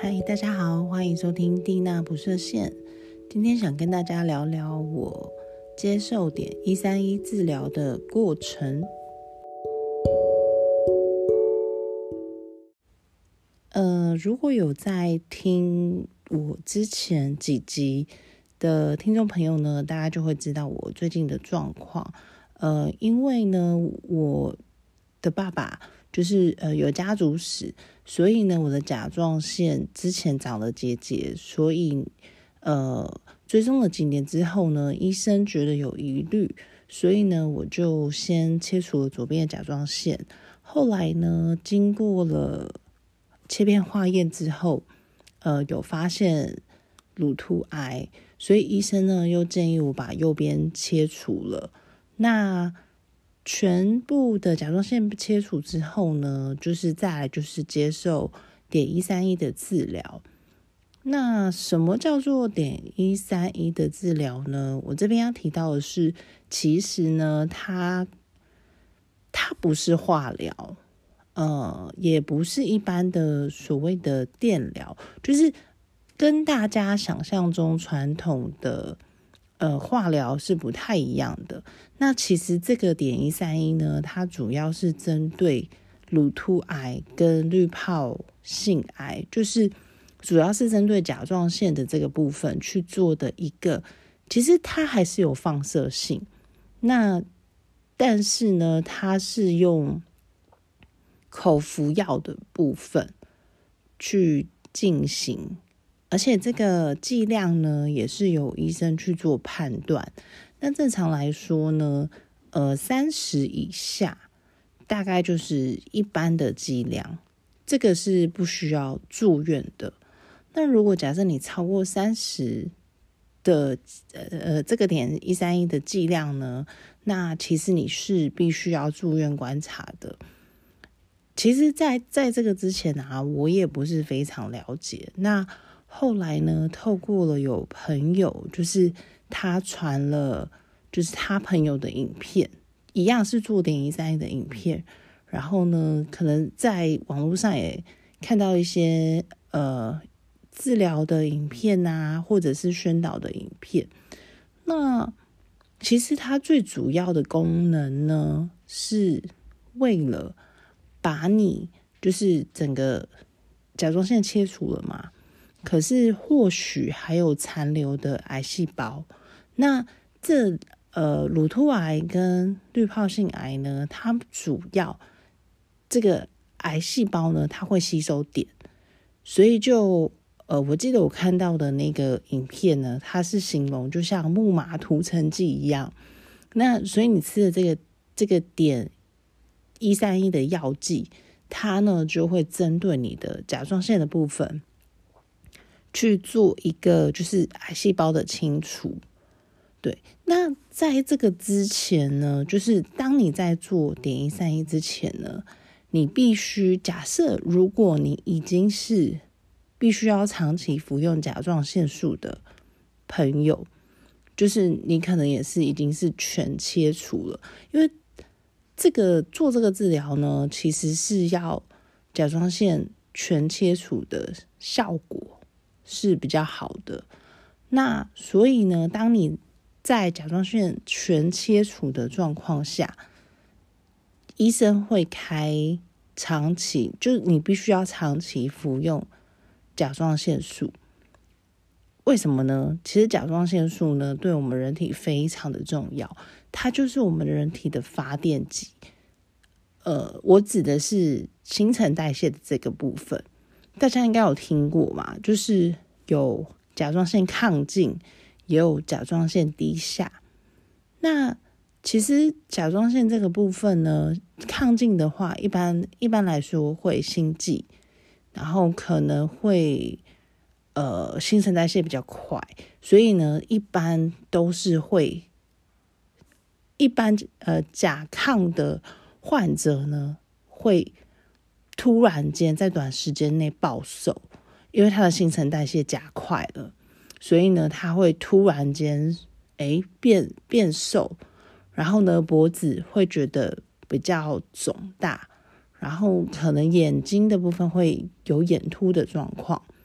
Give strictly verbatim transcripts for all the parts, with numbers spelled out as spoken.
嗨，大家好，欢迎收听蒂娜不设限。今天想跟大家聊聊我接受点一三一治疗的过程。呃，如果有在听我之前几集的听众朋友呢，大家就会知道我最近的状况。呃，因为呢，我的爸爸就是呃有家族史，所以呢，我的甲状腺之前长了结节，所以呃追踪了几年之后呢，医生觉得有疑虑，所以呢，我就先切除了左边的甲状腺。后来呢，经过了切片化验之后，呃，有发现乳突癌，所以医生呢又建议我把右边切除了。那全部的甲状腺切除之后呢，就是再来就是接受碘一三一的治疗。那什么叫做碘一三一的治疗呢？我这边要提到的是，其实呢，它它不是化疗，呃，也不是一般的所谓的电疗，就是跟大家想象中传统的呃化疗是不太一样的。那其实这个碘一三一呢，它主要是针对乳突癌跟滤泡性癌，就是主要是针对甲状腺的这个部分去做的一个，其实它还是有放射性，那但是呢，它是用口服药的部分去进行，而且这个剂量呢，也是由医生去做判断。那正常来说呢，呃，三十以下大概就是一般的剂量，这个是不需要住院的。那如果假设你超过三十的呃这个碘一三一的剂量呢，那其实你是必须要住院观察的。其实在在这个之前啊，我也不是非常了解。那后来呢，透过了有朋友，就是他传了就是他朋友的影片，一样是做碘一三一的影片，然后呢，可能在网络上也看到一些呃治疗的影片啊，或者是宣导的影片。那其实它最主要的功能呢，是为了把你就是整个甲状腺切除了嘛，可是或许还有残留的癌细胞。那这呃乳突癌跟滤泡性癌呢，它主要这个癌细胞呢，它会吸收碘，所以就呃我记得我看到的那个影片呢，它是形容就像木马屠城记一样。那所以你吃的这个这个碘一三一的药剂，它呢就会针对你的甲状腺的部分去做一个就是癌细胞的清除。对，那在这个之前呢，就是当你在做碘一三一之前呢，你必须假设如果你已经是必须要长期服用甲状腺素的朋友，就是你可能也是已经是全切除了，因为这个做这个治疗呢，其实是要甲状腺全切除的效果是比较好的。那所以呢，当你在甲状腺全切除的状况下，医生会开长期，就是你必须要长期服用甲状腺素。为什么呢？其实甲状腺素呢，对我们人体非常的重要，它就是我们人体的发电机。呃，我指的是新陈代谢的这个部分，大家应该有听过嘛，就是有甲状腺亢进，也有甲状腺低下。那其实甲状腺这个部分呢，亢进的话，一般一般来说会心悸，然后可能会呃新陈代谢比较快，所以呢，一般都是会一般呃甲亢的患者呢，会突然间在短时间内暴瘦，因为他的新陈代谢加快了，所以呢，他会突然间诶变变瘦，然后呢，脖子会觉得比较肿大，然后可能眼睛的部分会有眼凸的状况。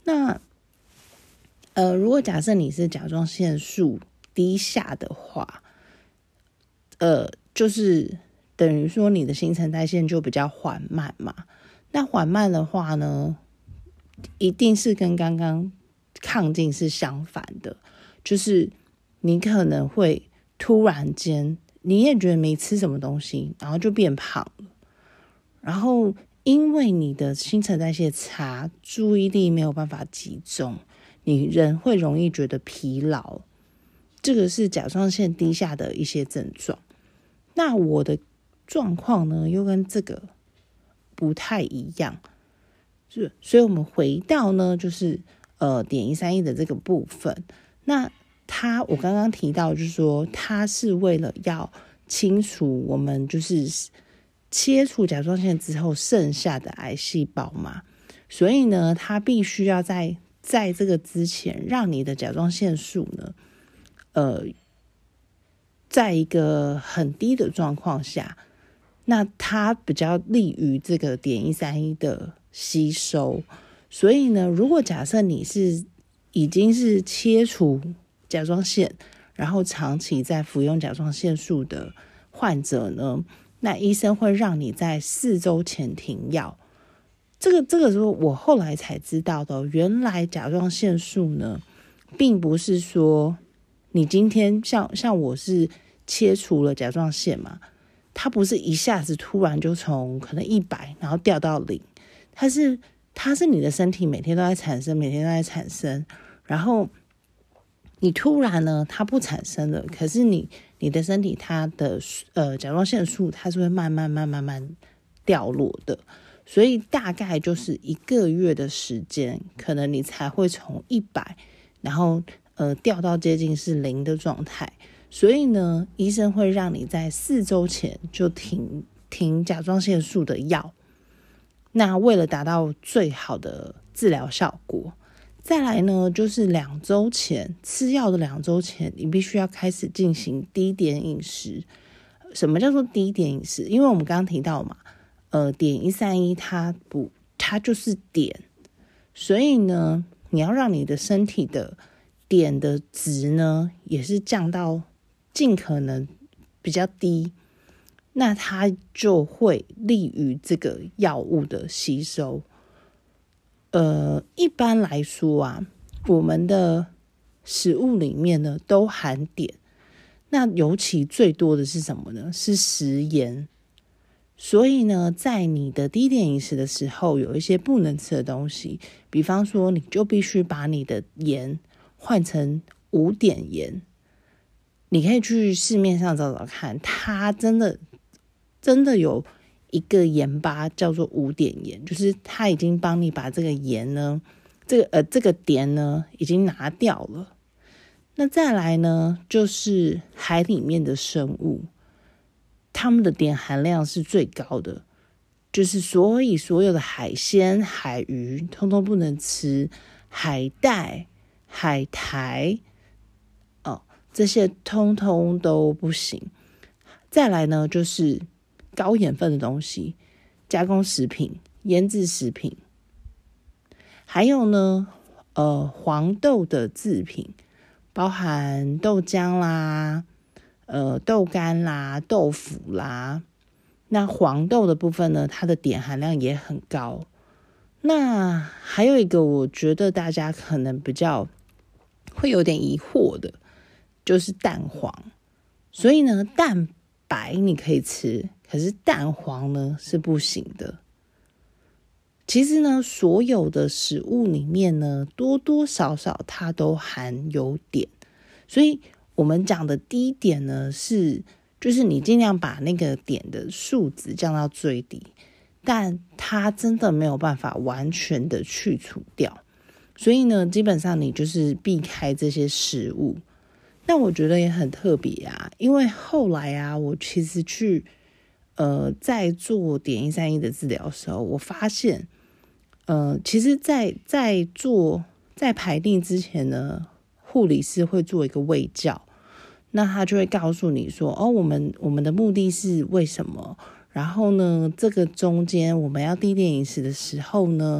那呃，如果假设你是甲状腺素低下的话，呃，就是等于说你的新陈代谢就比较缓慢嘛。那缓慢的话呢，一定是跟刚刚亢进是相反的，就是你可能会突然间你也觉得没吃什么东西，然后就变胖了。然后因为你的新陈代谢差，注意力没有办法集中，你人会容易觉得疲劳，这个是甲状腺低下的一些症状。那我的状况呢，又跟这个不太一样，所以我们回到呢，就是呃碘一三一的这个部分。那它我刚刚提到，就是说它是为了要清除我们就是切除甲状腺之后剩下的癌细胞嘛，所以呢，它必须要在在这个之前，让你的甲状腺素呢，呃。在一个很低的状况下，那它比较利于这个碘一三一的吸收。所以呢，如果假设你是已经是切除甲状腺，然后长期在服用甲状腺素的患者呢，那医生会让你在四周前停药。这个这个时候我后来才知道的，原来甲状腺素呢，并不是说你今天像像我是切除了甲状腺嘛，它不是一下子突然就从可能一百然后掉到零，它是它是你的身体每天都在产生，每天都在产生，然后你突然呢它不产生了，可是你你的身体它的呃甲状腺素它是会慢慢慢慢慢慢掉落的，所以大概就是一个月的时间，可能你才会从一百然后呃掉到接近是零的状态。所以呢，医生会让你在四周前就停停甲状腺素的药。那为了达到最好的治疗效果，再来呢，就是两周前吃药的两周前，你必须要开始进行低碘饮食。什么叫做低碘饮食？因为我们刚刚提到嘛，呃，碘一三一它不，它就是碘，所以呢，你要让你的身体的碘的值呢，也是降到尽可能比较低，那它就会利于这个药物的吸收。呃，一般来说啊，我们的食物里面呢都含碘，那尤其最多的是什么呢？是食盐。所以呢，在你的低碘饮食的时候，有一些不能吃的东西，比方说，你就必须把你的盐换成无碘盐。你可以去市面上找找看，它真的真的有一个盐巴叫做无碘盐，就是它已经帮你把这个盐呢，这个呃这个碘呢已经拿掉了。那再来呢，就是海里面的生物，它们的碘含量是最高的，就是所以所有的海鲜、海鱼通通不能吃，海带、海苔。这些通通都不行。再来呢，就是高盐分的东西，加工食品、腌制食品，还有呢，呃，黄豆的制品，包含豆浆啦、呃，豆干啦、豆腐啦。那黄豆的部分呢，它的碘含量也很高。那还有一个，我觉得大家可能比较会有点疑惑的，就是蛋黄。所以呢，蛋白你可以吃，可是蛋黄呢是不行的。其实呢，所有的食物里面呢，多多少少它都含有碘。所以我们讲的低碘呢，是就是你尽量把那个碘的数值降到最低，但它真的没有办法完全的去除掉。所以呢，基本上你就是避开这些食物。那我觉得也很特别啊，因为后来啊，我其实去呃在做碘一三一的治疗的时候，我发现呃其实在在做在排定之前呢，护理师会做一个卫教，那他就会告诉你说，哦，我们我们的目的是为什么？然后呢，这个中间我们要低碘饮食的时候呢，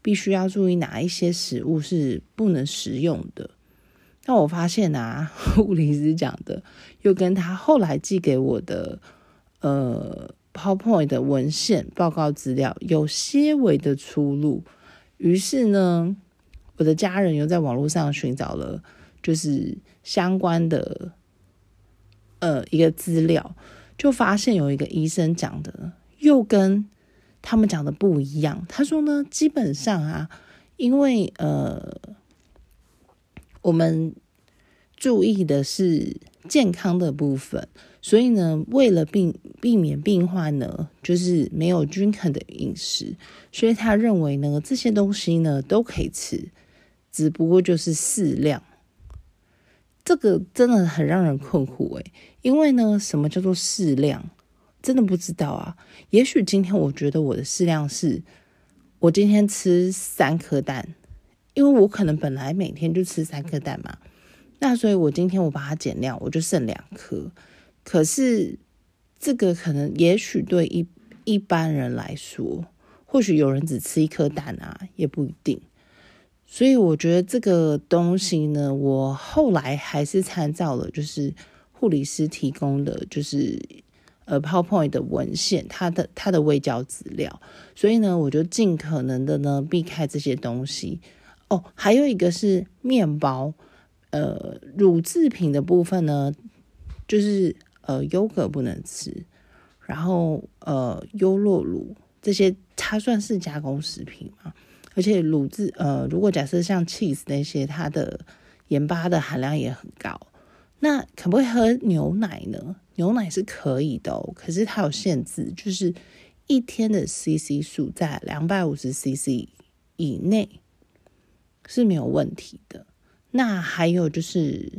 必须要注意哪一些食物是不能食用的。那我发现啊，护理师讲的又跟他后来寄给我的呃 PowerPoint 的文献报告资料有些微的出入。于是呢，我的家人又在网络上寻找了就是相关的呃一个资料，就发现有一个医生讲的又跟他们讲的不一样。他说呢，基本上啊，因为呃我们注意的是健康的部分，所以呢，为了避避免病患呢就是没有均衡的饮食，所以他认为呢这些东西呢都可以吃，只不过就是适量。这个真的很让人困惑诶，因为呢，什么叫做适量？真的不知道啊。也许今天我觉得我的适量是，我今天吃三颗蛋，因为我可能本来每天就吃三颗蛋嘛，那所以我今天我把它减量，我就剩两颗。可是这个可能也许对一一般人来说，或许有人只吃一颗蛋啊，也不一定。所以我觉得这个东西呢，我后来还是参照了就是护理师提供的就是呃 PowerPoint 的文献，它的它的卫教资料，所以呢我就尽可能的呢避开这些东西。哦，还有一个是面包，呃乳制品的部分呢，就是呃优格不能吃，然后呃优酪乳这些它算是加工食品嘛。而且乳制呃，如果假设像 cheese 那些，它的盐巴的含量也很高。那可不可以喝牛奶呢？牛奶是可以的哦，可是它有限制，就是一天的 C C 数在两百五十 C C 以内是没有问题的。那还有就是，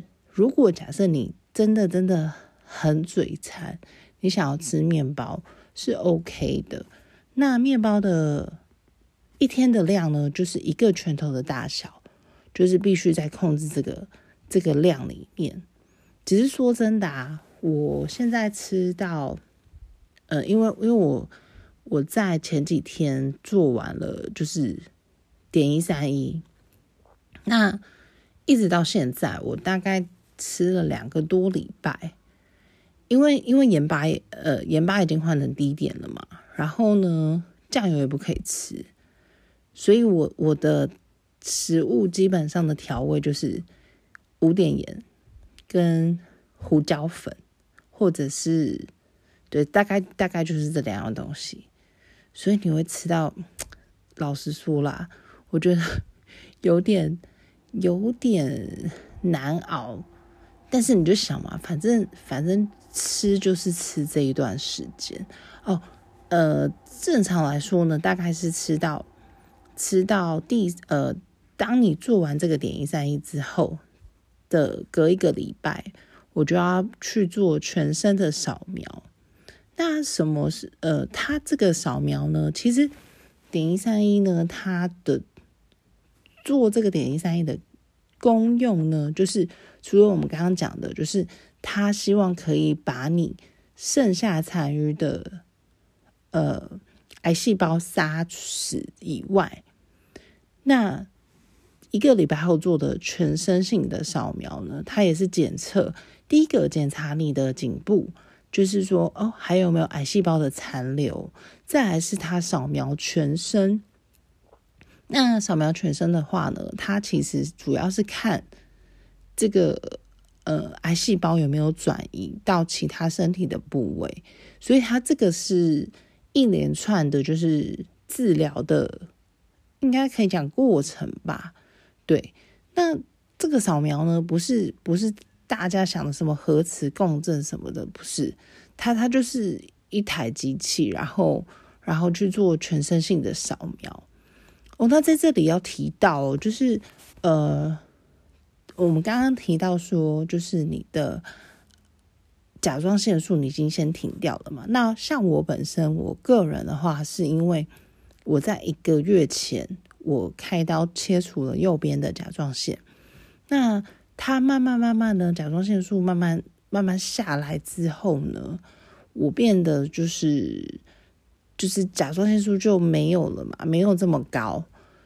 如果假设你真的真的很嘴馋，你想要吃面包是 OK 的。那面包的一天的量呢，就是一个拳头的大小，就是必须在控制这个这个量里面。只是说真的啊，我现在吃到，呃，因为因为我我在前几天做完了就是点一三一，那一直到现在，我大概吃了两个多礼拜，因为因为盐巴呃盐巴已经换成低点了嘛，然后呢酱油也不可以吃。所以我我的食物基本上的调味就是无碘盐跟胡椒粉，或者是对，大概大概就是这两样东西。所以你会吃到，老实说啦，我觉得有点有点难熬。但是你就想嘛，反正反正吃就是吃这一段时间哦。呃，正常来说呢，大概是吃到。吃到第呃，当你做完这个点一三一之后的隔一个礼拜，我就要去做全身的扫描。那什么是呃，它这个扫描呢？其实点一三一呢，它的做这个点一三一的功用呢，就是除了我们刚刚讲的，就是它希望可以把你剩下残余的呃。癌细胞杀死以外，那一个礼拜后做的全身性的扫描呢，它也是检测第一个检查你的颈部，就是说哦还有没有癌细胞的残留，再来是它扫描全身。那扫描全身的话呢，它其实主要是看这个呃癌细胞有没有转移到其他身体的部位，所以它这个是一连串的就是治疗的，应该可以讲过程吧。对，那这个扫描呢，不是不是大家想的什么核磁共振什么的，不是，它它就是一台机器，然后然后去做全身性的扫描。哦，那在这里要提到哦，就是呃，我们刚刚提到说，就是你的甲状腺素你已经先停掉了嘛？那像我本身，我个人的话，是因为我在一个月前，我开刀切除了右边的甲状腺。那它慢慢慢慢的甲状腺素慢慢慢慢下来之后呢，我变得就是就是甲状腺素就没有了嘛，没有这么高。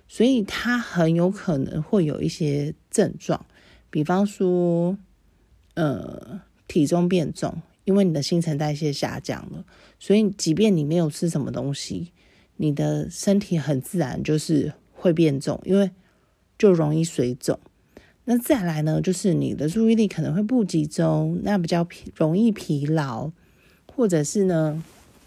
所以它很有可能会有一些症状，比方说呃体重变重，因为你的新陈代谢下降了，所以即便你没有吃什么东西，你的身体很自然就是会变重，因为就容易水肿。那再来呢，就是你的注意力可能会不集中，那比较疲容易疲劳，或者是呢，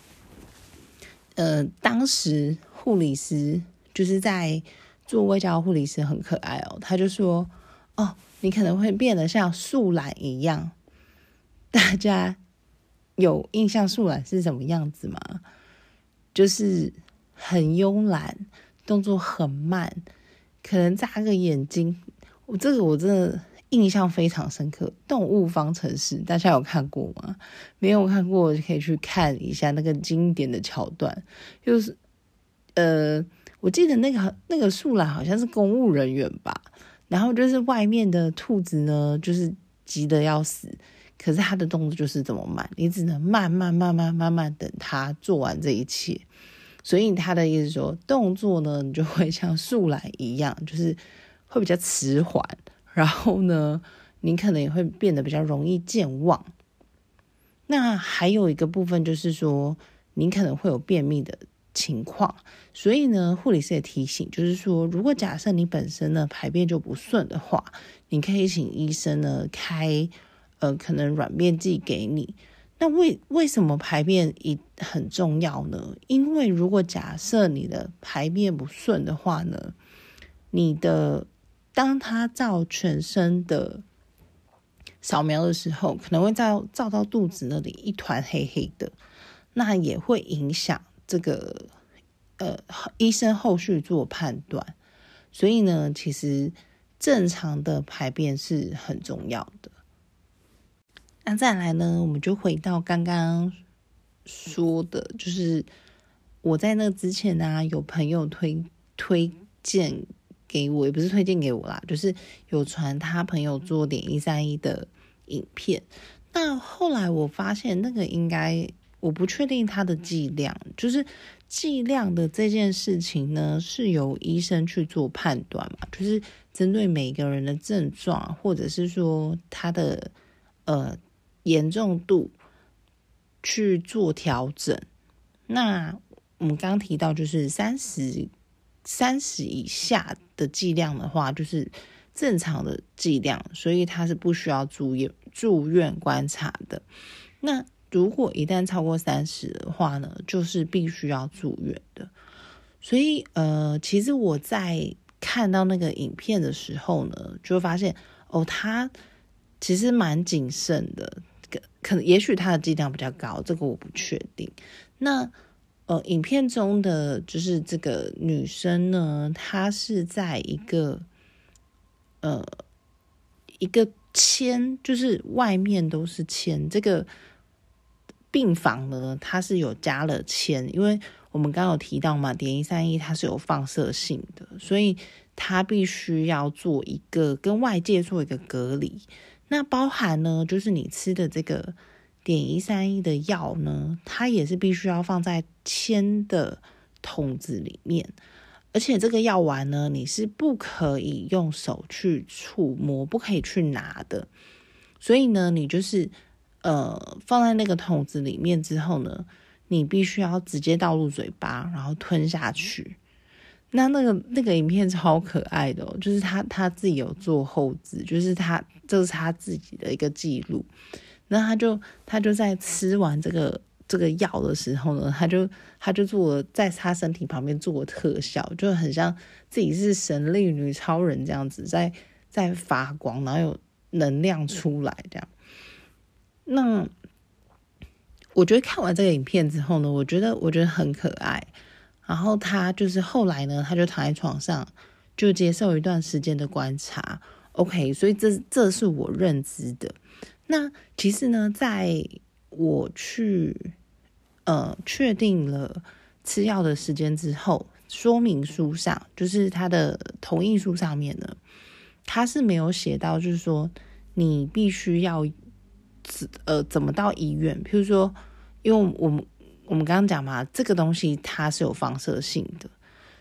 呃，当时护理师就是在做卫教，护理师很可爱哦，他就说，哦，你可能会变得像树懒一样。大家有印象树懒是什么样子吗？就是很慵懒，动作很慢，可能眨个眼睛。我这个我真的印象非常深刻，动物方程式大家有看过吗？没有看过就可以去看一下那个经典的桥段，就是呃，我记得那个那个树懒好像是公务人员吧，然后就是外面的兔子呢，就是急得要死，可是它的动作就是这么慢，你只能慢慢慢慢慢慢等它做完这一切。所以他的意思说，动作呢，你就会像树懒一样，就是会比较迟缓，然后呢，你可能也会变得比较容易健忘。那还有一个部分就是说，你可能会有便秘的情况，所以呢，护理师也提醒，就是说，如果假设你本身呢排便就不顺的话，你可以请医生呢开呃可能软便剂给你。那为为什么排便一很重要呢？因为如果假设你的排便不顺的话呢，你的当它照全身的扫描的时候，可能会照照到肚子那里一团黑黑的，那也会影响这个呃医生后续做判断。所以呢，其实正常的排便是很重要的。那再来呢，我们就回到刚刚说的，就是我在那之前啊，有朋友推推荐给我，也不是推荐给我啦，就是有传他朋友做碘一三一的影片。那后来我发现那个应该，我不确定它的剂量，就是剂量的这件事情呢，是由医生去做判断嘛，就是针对每个人的症状，或者是说他的呃严重度去做调整。那我们刚刚提到，就是三十三十以下的剂量的话，就是正常的剂量，所以它是不需要住院住院观察的。那如果一旦超过三十的话呢，就是必须要住院的。所以呃，其实我在看到那个影片的时候呢，就会发现哦，他其实蛮谨慎的，可能也许他的剂量比较高，这个我不确定。那呃，影片中的就是这个女生呢，她是在一个呃一个铅，就是外面都是铅，这个病房呢，它是有加了铅，因为我们刚刚有提到嘛，碘一三一它是有放射性的，所以它必须要做一个跟外界做一个隔离。那包含呢，就是你吃的这个碘一三一的药呢，它也是必须要放在铅的桶子里面，而且这个药丸呢，你是不可以用手去触摸，不可以去拿的。所以呢，你就是呃放在那个桶子里面之后呢，你必须要直接倒入嘴巴，然后吞下去。那那个那个影片超可爱的哦，就是他他自己有做后置，就是他这是他自己的一个记录。那他就他就在吃完这个这个药的时候呢，他就他就做了在他身体旁边做了特效，就很像自己是神力女超人这样子，在在发光，然后有能量出来这样。那我觉得看完这个影片之后呢，我觉得我觉得很可爱。然后他就是后来呢，他就躺在床上，就接受一段时间的观察。OK， 所以这这是我认知的。那其实呢，在我去呃确定了吃药的时间之后，说明书上，就是他的同意书上面呢，他是没有写到，就是说你必须要呃怎么到医院。譬如说，因为我们我们刚刚讲嘛，这个东西它是有放射性的，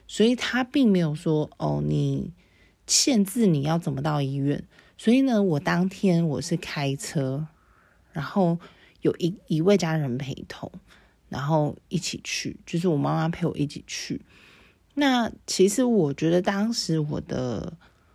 所以他并没有说哦，你限制你要怎么到医院。所以呢，我当天我是开车，然后有一一位家人陪同，然后一起去，就是我妈妈陪我一起去。那其实我觉得当时我的，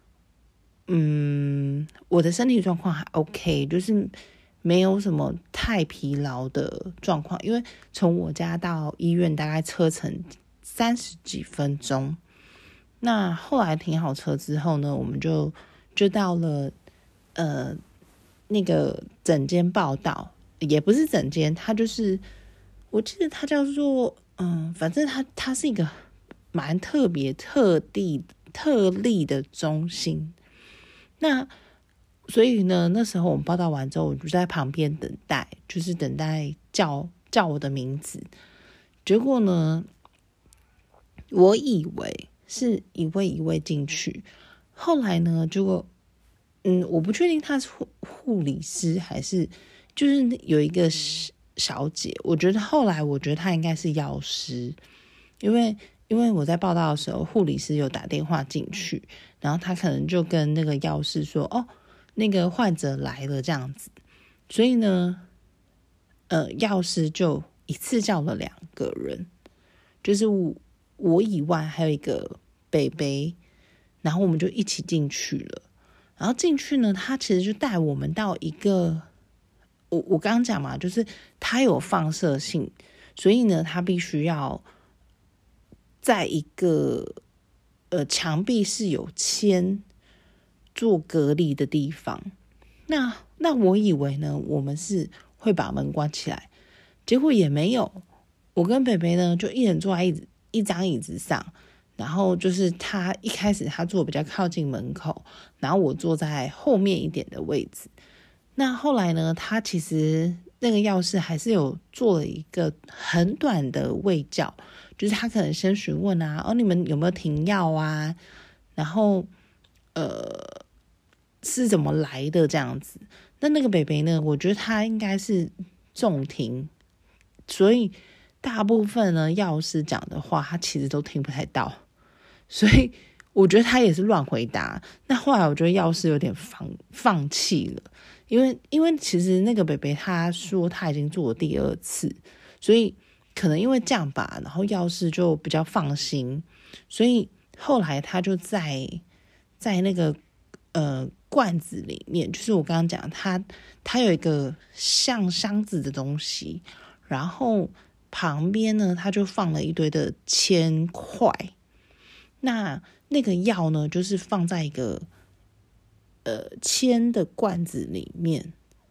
嗯，我的身体状况还 OK， 就是没有什么太疲劳的状况，因为从我家到医院大概车程三十几分钟。那后来停好车之后呢，我们就就到了呃那个诊间报到，也不是诊间，它就是我记得它叫做嗯，反正它它是一个蛮特别、特地、特例的中心。那所以呢，那时候我们报道完之后，我就在旁边等待，就是等待叫叫我的名字。结果呢，我以为是一位一位进去，后来呢，结果嗯，我不确定他是护护理师还是就是有一个小姐，我觉得后来我觉得他应该是药师，因为因为我在报道的时候，护理师有打电话进去，然后他可能就跟那个药师说，哦，那个患者来了这样子，所以呢，呃，药师就一次叫了两个人，就是我我以外还有一个北北，然后我们就一起进去了。然后进去呢，他其实就带我们到一个，我我刚刚讲嘛，就是他有放射性，所以呢，他必须要在一个呃墙壁是有铅做隔离的地方。那那我以为呢，我们是会把门关起来，结果也没有。我跟北北呢，就一人坐在一一张椅子上。然后就是他一开始他坐比较靠近门口，然后我坐在后面一点的位置。那后来呢，他其实那个药师还是有做了一个很短的卫教，就是他可能先询问啊，哦，你们有没有停药啊？然后呃是怎么来的这样子。那那个北北呢，我觉得他应该是重听，所以大部分呢药师讲的话，他其实都听不太到。所以我觉得他也是乱回答。那后来我觉得药师有点放放弃了，因为因为其实那个北北他说他已经做了第二次，所以可能因为这样吧，然后药师就比较放心，所以后来他就在在那个呃罐子里面，就是我刚刚讲他他有一个像箱子的东西，然后旁边呢他就放了一堆的铅块。那那个药呢，就是放在一个呃铅的罐子里面，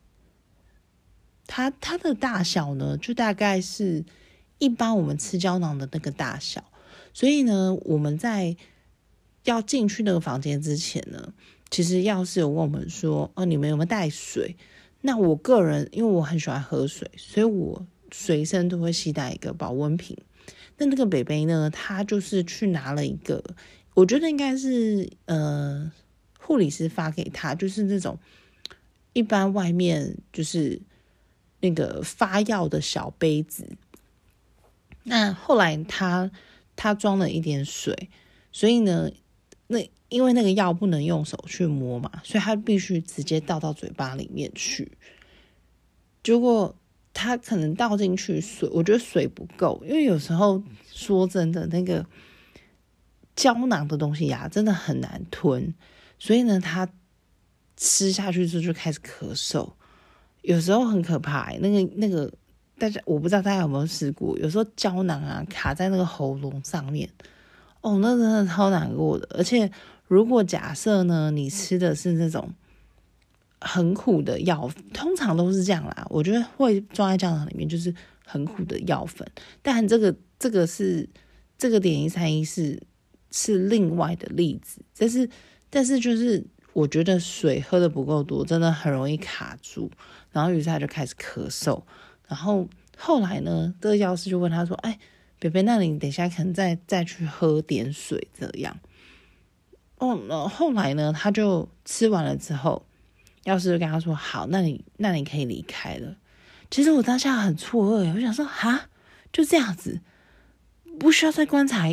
它它的大小呢，就大概是一般我们吃胶囊的那个大小。所以呢，我们在要进去那个房间之前呢，其实药师有问我们说，哦，你们有没有带水？那我个人因为我很喜欢喝水，所以我随身都会携带一个保温瓶。那那个北北呢，他就是去拿了一个，我觉得应该是呃护理师发给他，就是那种一般外面就是那个发药的小杯子。那后来他他装了一点水，所以呢，那因为那个药不能用手去摸嘛，所以他必须直接倒到嘴巴里面去。结果他可能倒进去水，我觉得水不够，因为有时候说真的，那个胶囊的东西呀、啊，真的很难吞，所以呢，他吃下去之后就开始咳嗽，有时候很可怕、欸。那个那个，大家我不知道大家有没有试过，有时候胶囊啊卡在那个喉咙上面，哦，那真的超难过的。而且如果假设呢，你吃的是那种很苦的药，通常都是这样啦。我觉得会装在胶囊里面，就是很苦的药粉。但这个这个是这个碘一三一是是另外的例子，但是但是就是我觉得水喝的不够多，真的很容易卡住，然后于是他就开始咳嗽。然后后来呢，这个药师就问他说：“哎，北北，那你等一下可能再再去喝点水这样。”哦，那后来呢，他就吃完了之后。药师就跟他说：“好，那你那你可以离开了。”其实我当下很错愕，我想说：“哈，就这样子，不需要再观察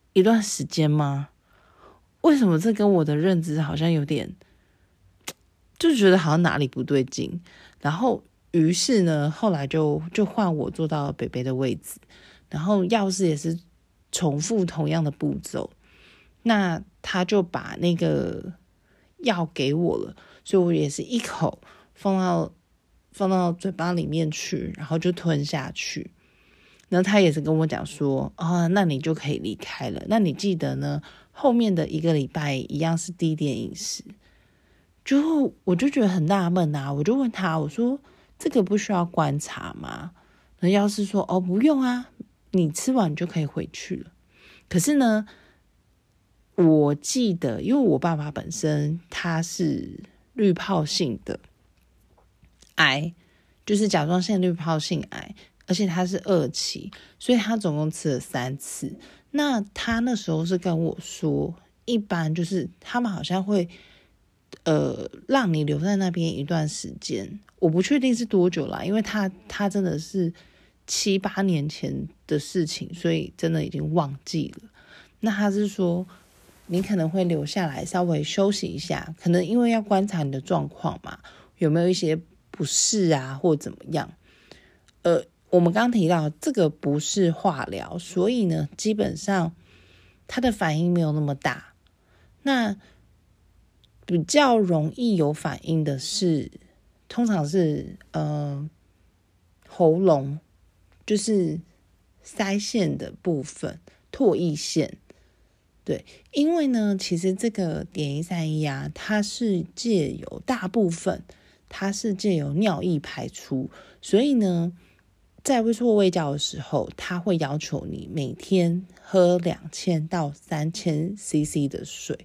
一段时间吗？为什么这跟我的认知好像有点，就觉得好像哪里不对劲。然后于是呢，后来就就换我坐到北北的位置，然后药师也是重复同样的步骤。那他就把那个药给我了，所以我也是一口放到放到嘴巴里面去，然后就吞下去。然后他也是跟我讲说，啊、哦，那你就可以离开了。那你记得呢，后面的一个礼拜一样是低点饮食。就我就觉得很纳闷啊，我就问他，我说这个不需要观察吗？那药师说，哦，不用啊，你吃完就可以回去了。可是呢，我记得，因为我爸爸本身他是滤泡性的癌，就是甲状腺滤泡性癌，而且他是二期，所以他总共吃了三次。那他那时候是跟我说，一般就是他们好像会呃让你留在那边一段时间，我不确定是多久啦，因为他他真的是七八年前的事情，所以真的已经忘记了。那他是说，你可能会留下来稍微休息一下，可能因为要观察你的状况嘛，有没有一些不适啊，或怎么样。呃，我们刚刚提到这个不是化疗，所以呢，基本上它的反应没有那么大。那比较容易有反应的是，通常是呃喉咙，就是腮腺的部分，唾液腺。对，因为呢，其实这个碘一三一啊，它是借由大部分，它是借由尿液排出，所以呢，在微缩胃教的时候，它会要求你每天喝两千到三千 C C 的水，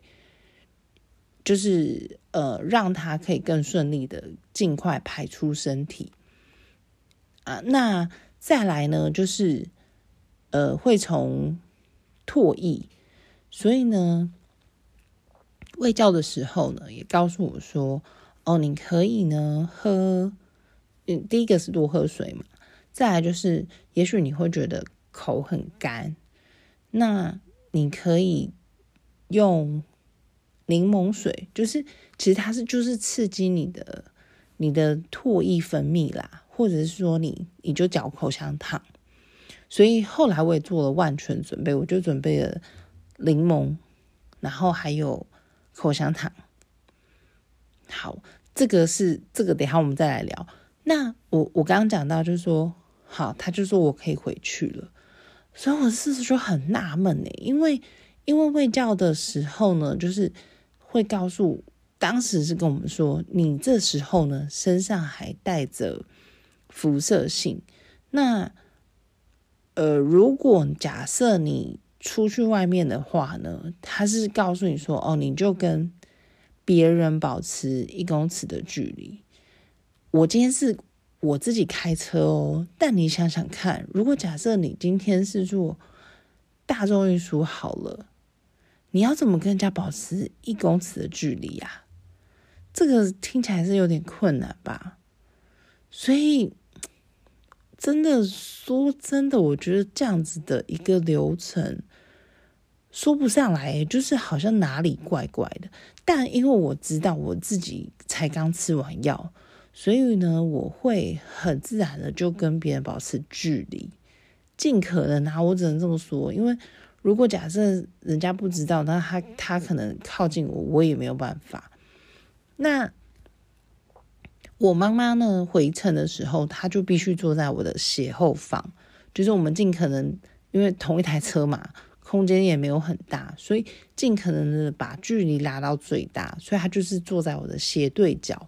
就是呃，让它可以更顺利的尽快排出身体啊。那再来呢，就是呃，会从唾液。所以呢，卫教的时候呢，也告诉我说，哦，你可以呢喝，嗯，第一个是多喝水嘛，再来就是，也许你会觉得口很干，那你可以用柠檬水，就是其实它是就是刺激你的你的唾液分泌啦，或者是说你你就嚼口香糖。所以后来我也做了万全准备，我就准备了柠檬，然后还有口香糖。好，这个是这个，等一下我们再来聊。那我我刚刚讲到，就是说，好，他就说我可以回去了，所以我事实就很纳闷呢，因为因为卫教的时候呢，就是会告诉，当时是跟我们说，你这时候呢身上还带着辐射性，那呃，如果假设你出去外面的话呢，他是告诉你说，哦，你就跟别人保持一公尺的距离。我今天是我自己开车哦，但你想想看，如果假设你今天是坐大众运输好了，你要怎么跟人家保持一公尺的距离啊？这个听起来是有点困难吧？所以真的说真的，我觉得这样子的一个流程说不上来，就是好像哪里怪怪的。但因为我知道我自己才刚吃完药，所以呢，我会很自然的就跟别人保持距离，尽可能啊，我只能这么说。因为如果假设人家不知道，那他他可能靠近我，我也没有办法。那我妈妈呢，回程的时候，她就必须坐在我的斜后方，就是我们尽可能，因为同一台车嘛，空间也没有很大，所以尽可能的把距离拉到最大，所以她就是坐在我的斜对角。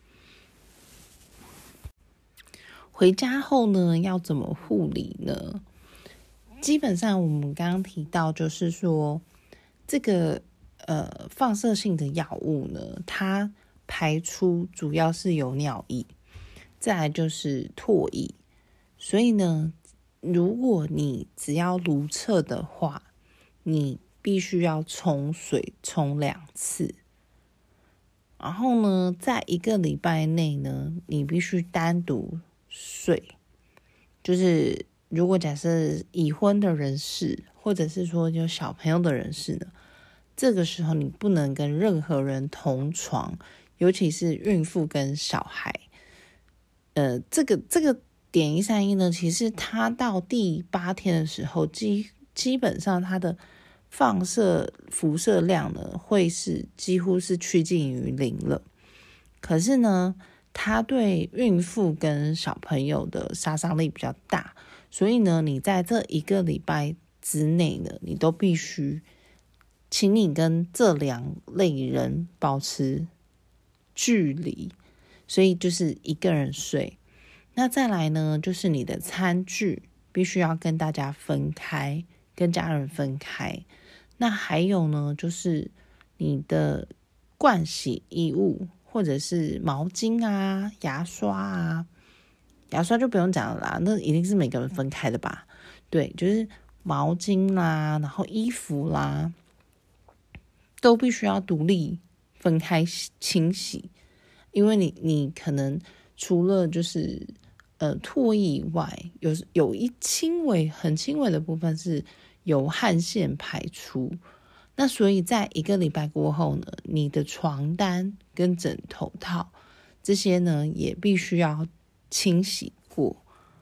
回家后呢，要怎么护理呢？基本上我们刚刚提到，就是说这个呃放射性的药物呢，它排出主要是有尿液，再来就是唾液。所以呢，如果你只要如厕的话，你必须要冲水冲两次。然后呢，在一个礼拜内呢，你必须单独睡，就是如果假设已婚的人士，或者是说有小朋友的人士呢，这个时候你不能跟任何人同床，尤其是孕妇跟小孩。呃，这个这个碘一三一呢，其实它到第八天的时候，基基本上它的放射辐射量呢，会是几乎是趋近于零了。可是呢，它对孕妇跟小朋友的杀伤力比较大，所以呢，你在这一个礼拜之内呢，你都必须，请你跟这两类人保持距离。所以就是一个人睡。那再来呢，就是你的餐具必须要跟大家分开，跟家人分开。那还有呢，就是你的盥洗衣物，或者是毛巾啊、牙刷啊，牙刷就不用讲了啦，那一定是每个人分开的吧？对，就是毛巾啦，然后衣服啦，都必须要独立分开清洗。因为你你可能除了就是呃唾液以外，有有一轻微很轻微的部分是由汗腺排出。那所以在一个礼拜过后呢，你的床单跟枕头套这些呢也必须要清洗过。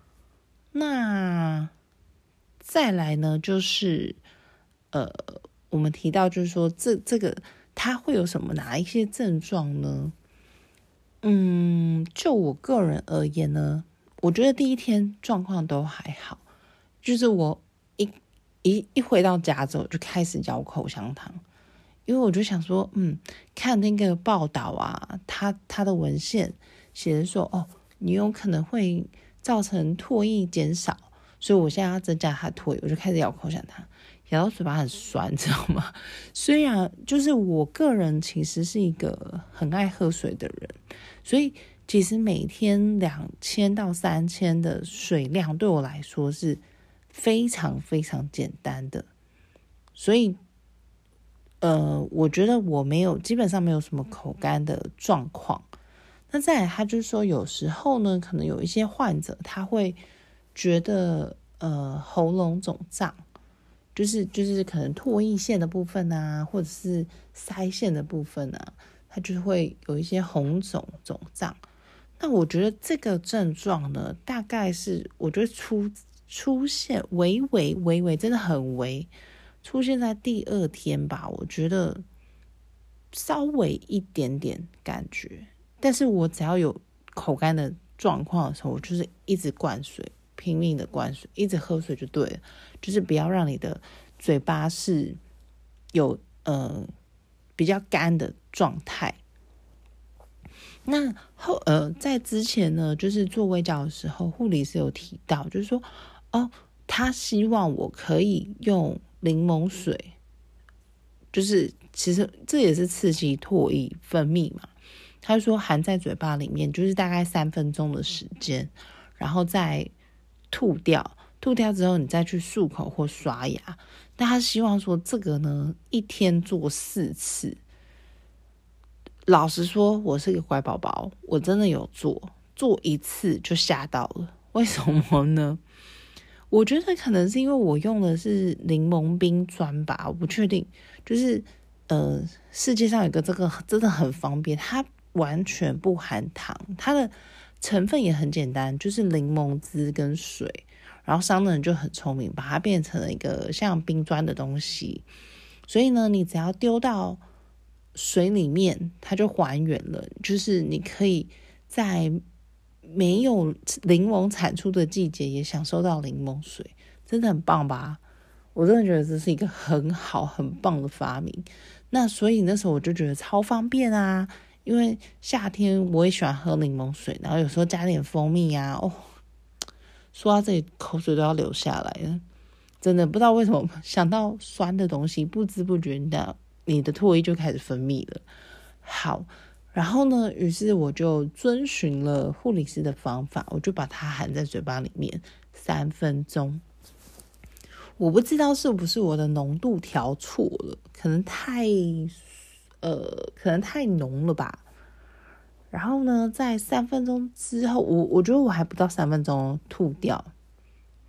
那再来呢，就是呃我们提到就是说这这个它会有什么哪一些症状呢？嗯，就我个人而言呢，我觉得第一天状况都还好，就是我一一一回到家之后就开始咬口香糖，因为我就想说，嗯，看那个报道啊，他他的文献写的说，哦，你有可能会造成唾液减少，所以我现在要增加它唾液，我就开始咬口香糖。咬到嘴巴很酸，知道吗？虽然就是我个人其实是一个很爱喝水的人，所以其实每天两千到三千的水量对我来说是非常非常简单的。所以呃，我觉得我没有基本上没有什么口干的状况。那再来，他就是说有时候呢，可能有一些患者他会觉得呃喉咙肿胀。就是就是可能唾液腺的部分啊，或者是腮腺的部分啊，它就会有一些红肿肿胀。那我觉得这个症状呢，大概是我觉得出出现微微微微真的很微，出现在第二天吧。我觉得稍微一点点感觉，但是我只要有口干的状况的时候，我就是一直灌水。拼命的灌水，一直喝水就对了，就是不要让你的嘴巴是有呃比较干的状态。那后呃在之前呢，就是做卫教的时候，护理师有提到，就是说哦，他希望我可以用柠檬水，就是其实这也是刺激唾液分泌嘛。他说含在嘴巴里面，就是大概三分钟的时间，然后再吐掉，吐掉之后你再去漱口或刷牙。那他希望说这个呢，一天做四次。老实说，我是个乖宝宝，我真的有做，做一次就吓到了。为什么呢？我觉得可能是因为我用的是柠檬冰砖吧，我不确定。就是呃，世界上有个这个真的很方便，它完全不含糖，它的成分也很简单，就是柠檬汁跟水。然后商人就很聪明，把它变成了一个像冰砖的东西。所以呢，你只要丢到水里面，它就还原了。就是你可以在没有柠檬产出的季节也享受到柠檬水，真的很棒吧？我真的觉得这是一个很好很棒的发明。那所以那时候我就觉得超方便啊，因为夏天我也喜欢喝柠檬水，然后有时候加点蜂蜜啊，哦，说到这里口水都要流下来了。真的不知道为什么想到酸的东西，不知不觉的你的唾液就开始分泌了。好，然后呢，于是我就遵循了护理师的方法，我就把它含在嘴巴里面三分钟。我不知道是不是我的浓度调错了，可能太呃，可能太浓了吧。然后呢，在三分钟之后，我我觉得我还不到三分钟吐掉。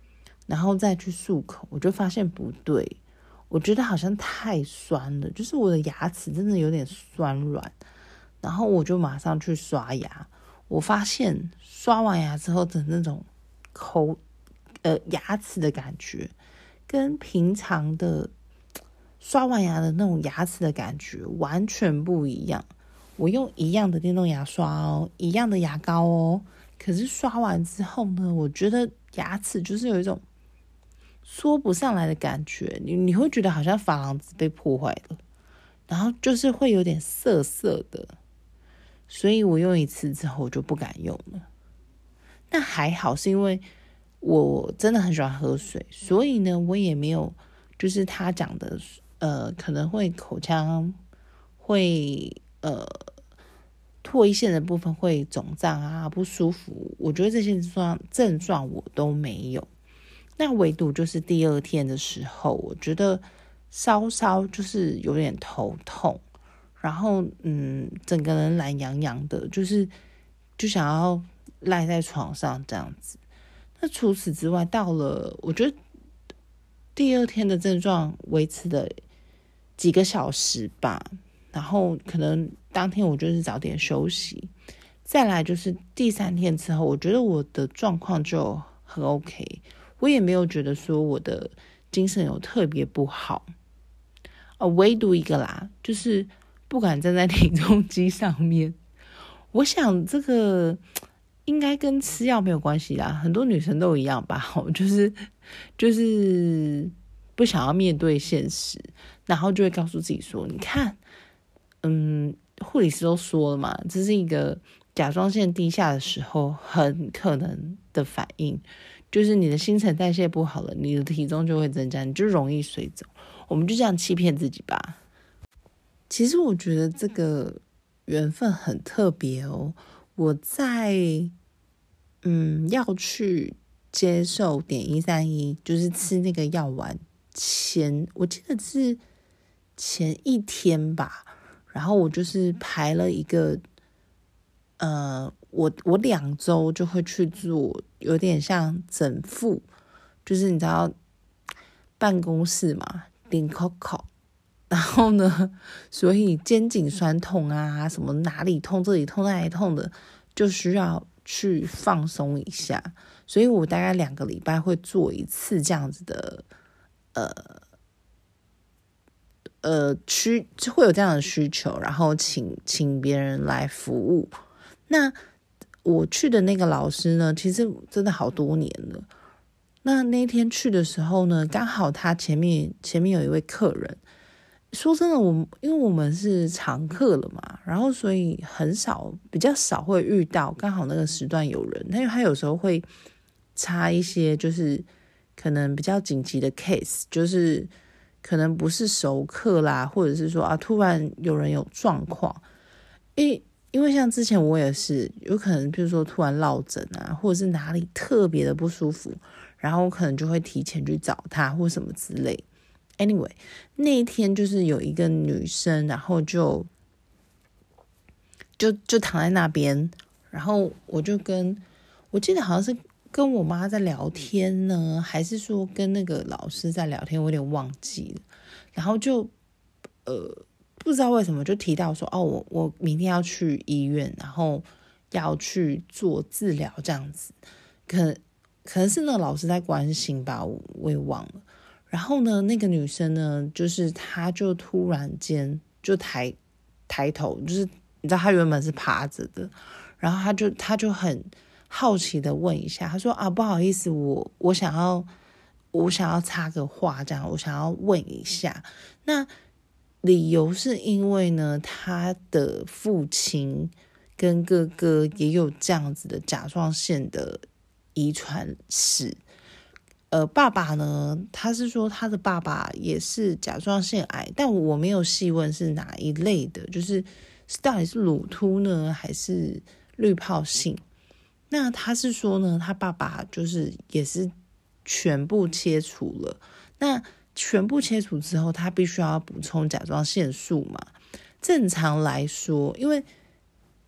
然后再去漱口，我就发现不对，我觉得好像太酸了，就是我的牙齿真的有点酸软，然后我就马上去刷牙，我发现刷完牙之后的那种口呃牙齿的感觉，跟平常的刷完牙的那种牙齿的感觉完全不一样。我用一样的电动牙刷哦，一样的牙膏哦，可是刷完之后呢，我觉得牙齿就是有一种说不上来的感觉，你你会觉得好像珐琅质被破坏了，然后就是会有点涩涩的，所以我用一次之后我就不敢用了。那还好是因为我真的很喜欢喝水，所以呢我也没有就是他讲的呃可能会口腔会呃唾液腺的部分会肿胀啊不舒服，我觉得这些症状症状我都没有。那唯独就是第二天的时候，我觉得稍稍就是有点头痛，然后嗯，整个人懒洋洋的，就是就想要赖在床上这样子。那除此之外，到了我觉得第二天的症状维持了几个小时吧，然后可能当天我就是早点休息。再来就是第三天之后，我觉得我的状况就很 OK。我也没有觉得说我的精神有特别不好，呃，唯独一个啦，就是不敢站在体重机上面。我想这个应该跟吃药没有关系啦，很多女生都一样吧，就是就是不想要面对现实，然后就会告诉自己说，你看，嗯，护理师都说了嘛，这是一个甲状腺低下的时候很可能的反应。就是你的新陈代谢不好了，你的体重就会增加，你就容易水肿。我们就这样欺骗自己吧。其实我觉得这个缘分很特别哦。我在嗯要去接受碘一三一，就是吃那个药丸前，我记得是前一天吧。然后我就是排了一个呃。我我两周就会去做，有点像整复，就是你知道办公室嘛，顶口口，然后呢，所以肩颈酸痛啊，什么哪里痛这里痛那里痛的，就需要去放松一下。所以我大概两个礼拜会做一次这样子的，呃呃需会有这样的需求，然后请请别人来服务。那我去的那个老师呢，其实真的好多年了。那那天去的时候呢，刚好他前面前面有一位客人。说真的，我因为我们是常客了嘛，然后所以很少比较少会遇到刚好那个时段有人，因为他有时候会插一些就是可能比较紧急的 case， 就是可能不是熟客啦，或者是说啊突然有人有状况，因因为像之前我也是有可能比如说突然落枕啊，或者是哪里特别的不舒服，然后我可能就会提前去找他或什么之类。Anyway， 那一天就是有一个女生，然后就就就躺在那边，然后我就跟我记得好像是跟我妈在聊天呢，还是说跟那个老师在聊天，我有点忘记了。然后就呃不知道为什么就提到说，哦，我我明天要去医院，然后要去做治疗这样子，可能可能是那个老师在关心吧，我我也忘了。然后呢，那个女生呢，就是她就突然间就抬抬头，就是你知道她原本是趴着的，然后她就她就很好奇的问一下，她说啊，不好意思，我我想要我想要插个话，这样我想要问一下，那理由是因为呢，她的父亲跟哥哥也有这样子的甲状腺的遗传史。呃，爸爸呢，他是说他的爸爸也是甲状腺癌，但我没有细问是哪一类的，就是到底是乳突呢，还是滤泡性？那他是说呢，他爸爸就是也是全部切除了，那全部切除之后，他必须要补充甲状腺素嘛。正常来说，因为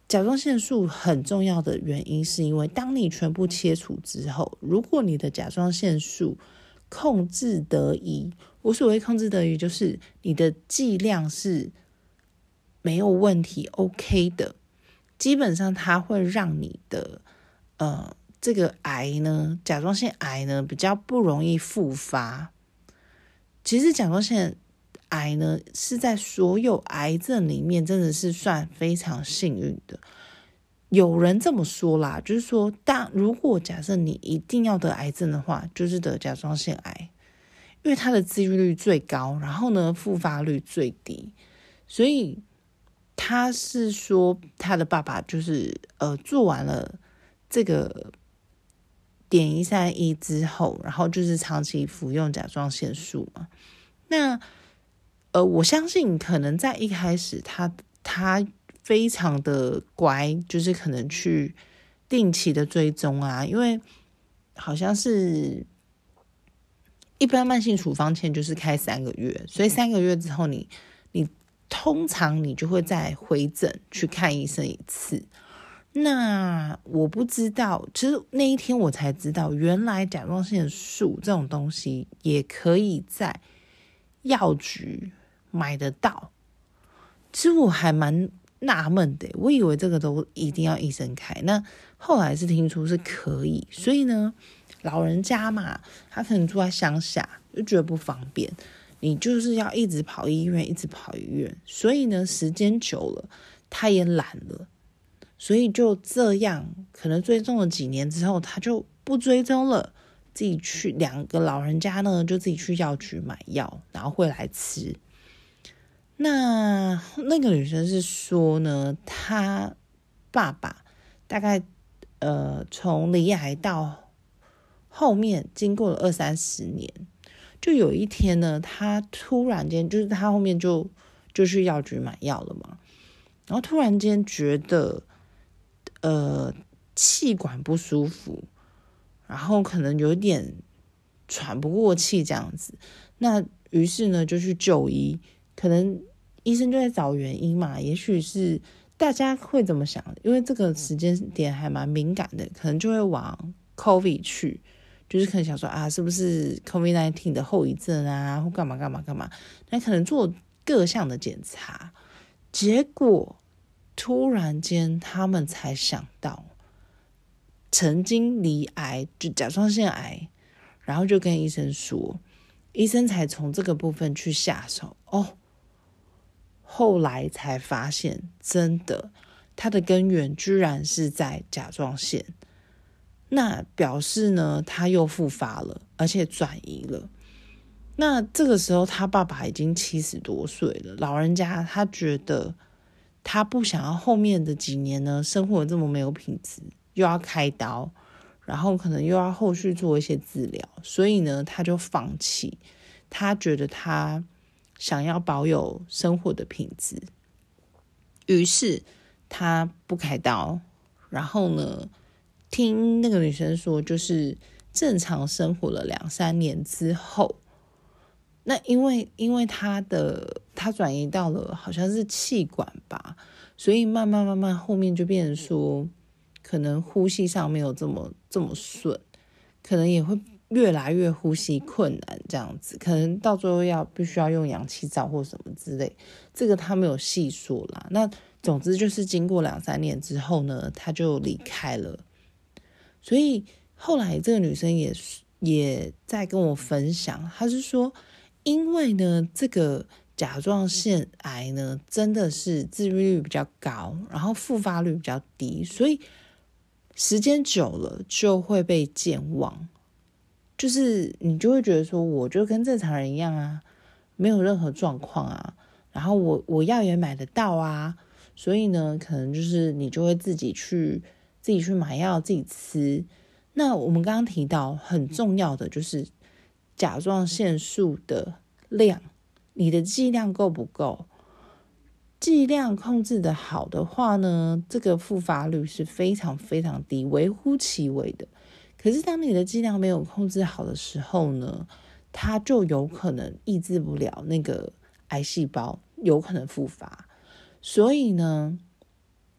甲状腺素很重要的原因是因为当你全部切除之后，如果你的甲状腺素控制得宜，我所谓控制得宜就是你的剂量是没有问题 OK 的，基本上它会让你的呃这个癌呢，甲状腺癌呢比较不容易复发。其实甲状腺癌呢是在所有癌症里面真的是算非常幸运的。有人这么说啦，就是说当如果假设你一定要得癌症的话，就是得甲状腺癌，因为它的治愈率最高，然后呢复发率最低。所以他是说他的爸爸就是呃做完了这个碘一三一之后，然后就是长期服用甲状腺素嘛。那呃，我相信可能在一开始他他非常的乖，就是可能去定期的追踪啊，因为好像是一般慢性处方签就是开三个月，所以三个月之后你你通常你就会再回诊去看医生一次。那我不知道，其实那一天我才知道，原来甲状腺素这种东西也可以在药局买得到。其实我还蛮纳闷的，我以为这个都一定要医生开，那后来是听出是可以。所以呢，老人家嘛，他可能住在乡下，就觉得不方便，你就是要一直跑医院，一直跑医院，所以呢，时间久了，他也懒了。所以就这样，可能追踪了几年之后，他就不追踪了，自己去两个老人家呢，就自己去药局买药，然后会来吃。那那个女生是说呢，她爸爸大概呃从罹癌到后面经过了二三十年，就有一天呢，他突然间就是他后面就就去药局买药了嘛，然后突然间觉得。呃，气管不舒服，然后可能有点喘不过气这样子，那于是呢就去就医，可能医生就在找原因嘛，也许是大家会怎么想，因为这个时间点还蛮敏感的，可能就会往 COVID 去，就是可能想说啊，是不是 COVID 十九 的后遗症啊，或干嘛干嘛干嘛，那可能做各项的检查，结果突然间他们才想到曾经罹癌，就甲状腺癌，然后就跟医生说，医生才从这个部分去下手哦。后来才发现真的它的根源居然是在甲状腺，那表示呢他又复发了，而且转移了。那这个时候他爸爸已经七十多岁了，老人家他觉得他不想要后面的几年呢生活这么没有品质，又要开刀，然后可能又要后续做一些治疗，所以呢他就放弃，他觉得他想要保有生活的品质，于是他不开刀，然后呢听那个女生说就是正常生活了两三年之后，那因为因为他的他转移到了好像是气管吧，所以慢慢慢慢后面就变成说可能呼吸上没有这么这么顺，可能也会越来越呼吸困难这样子，可能到最后要必须要用氧气罩或什么之类，这个他没有细说啦。那总之就是经过两三年之后呢，他就离开了。所以后来这个女生也也在跟我分享，她是说因为呢这个甲状腺癌呢真的是治愈率比较高，然后复发率比较低，所以时间久了就会被健忘，就是你就会觉得说我就跟正常人一样啊，没有任何状况啊，然后我我药也买得到啊，所以呢可能就是你就会自己去自己去买药自己吃。那我们刚刚提到很重要的就是甲状腺素的量，你的剂量够不够？剂量控制的好的话呢，这个复发率是非常非常低，微乎其微的。可是当你的剂量没有控制好的时候呢，它就有可能抑制不了那个癌细胞，有可能复发。所以呢，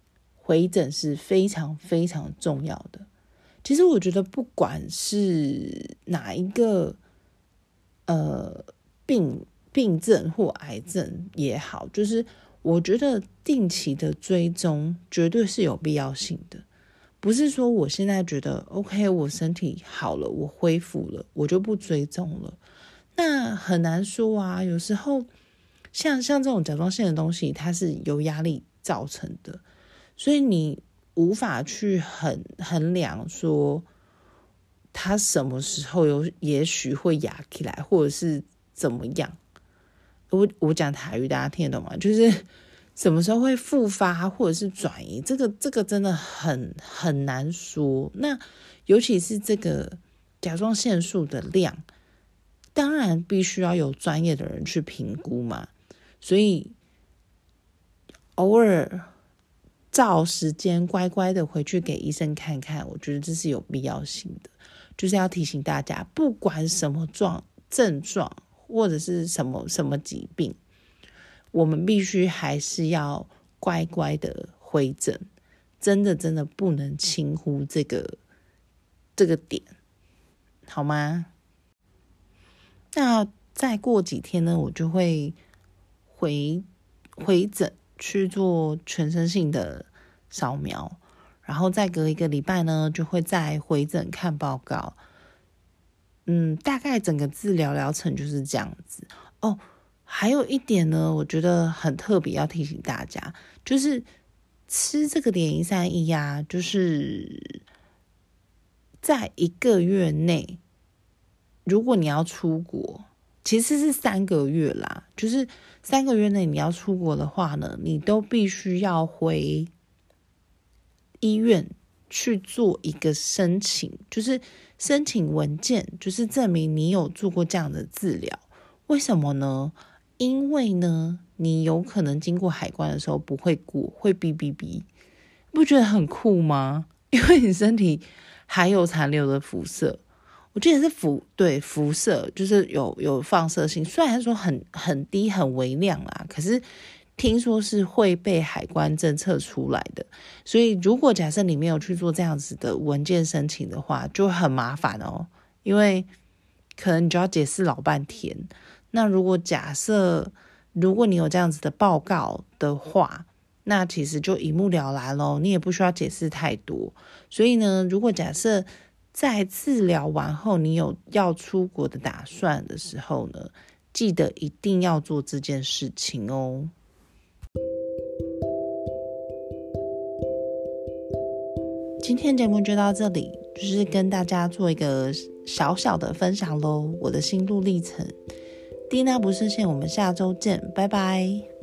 回诊是非常非常重要的。其实我觉得不管是哪一个呃病病症或癌症也好，就是我觉得定期的追踪绝对是有必要性的。不是说我现在觉得 OK 我身体好了，我恢复了，我就不追踪了。那很难说啊，有时候像像这种甲状腺的东西，它是由压力造成的，所以你无法去衡衡量说它什么时候有也许会压起来，或者是怎么样。我我讲台语大家听得懂吗？就是什么时候会复发或者是转移，这个这个真的很很难说。那尤其是这个甲状腺素的量，当然必须要有专业的人去评估嘛。所以偶尔照时间乖乖的回去给医生看看，我觉得这是有必要性的。就是要提醒大家，不管什么状症状或者是什么什么疾病，我们必须还是要乖乖的回诊，真的真的不能轻忽这个这个点，好吗？那再过几天呢，我就会回回诊去做全身性的扫描，然后再隔一个礼拜呢，就会再回诊看报告。嗯，大概整个治疗疗程就是这样子哦。还有一点呢，我觉得很特别，要提醒大家，就是吃这个联谊三一啊，就是在一个月内，如果你要出国，其实是三个月啦，就是三个月内你要出国的话呢，你都必须要回医院去做一个申请，就是申请文件，就是证明你有做过这样的治疗。为什么呢？因为呢，你有可能经过海关的时候不会过，会哔哔哔，不觉得很酷吗？因为你身体还有残留的辐射，我记得是辐对辐射，就是有有放射性，虽然说很很低很微量啦，可是听说是会被海关侦测出来的。所以如果假设你没有去做这样子的文件申请的话，就很麻烦哦，因为可能你就要解释老半天。那如果假设如果你有这样子的报告的话，那其实就一目了然咯，你也不需要解释太多。所以呢，如果假设在治疗完后你有要出国的打算的时候呢，记得一定要做这件事情哦。今天节目就到这里，就是跟大家做一个小小的分享咯，我的心路历程。蒂娜不设限，我们下周见，拜拜。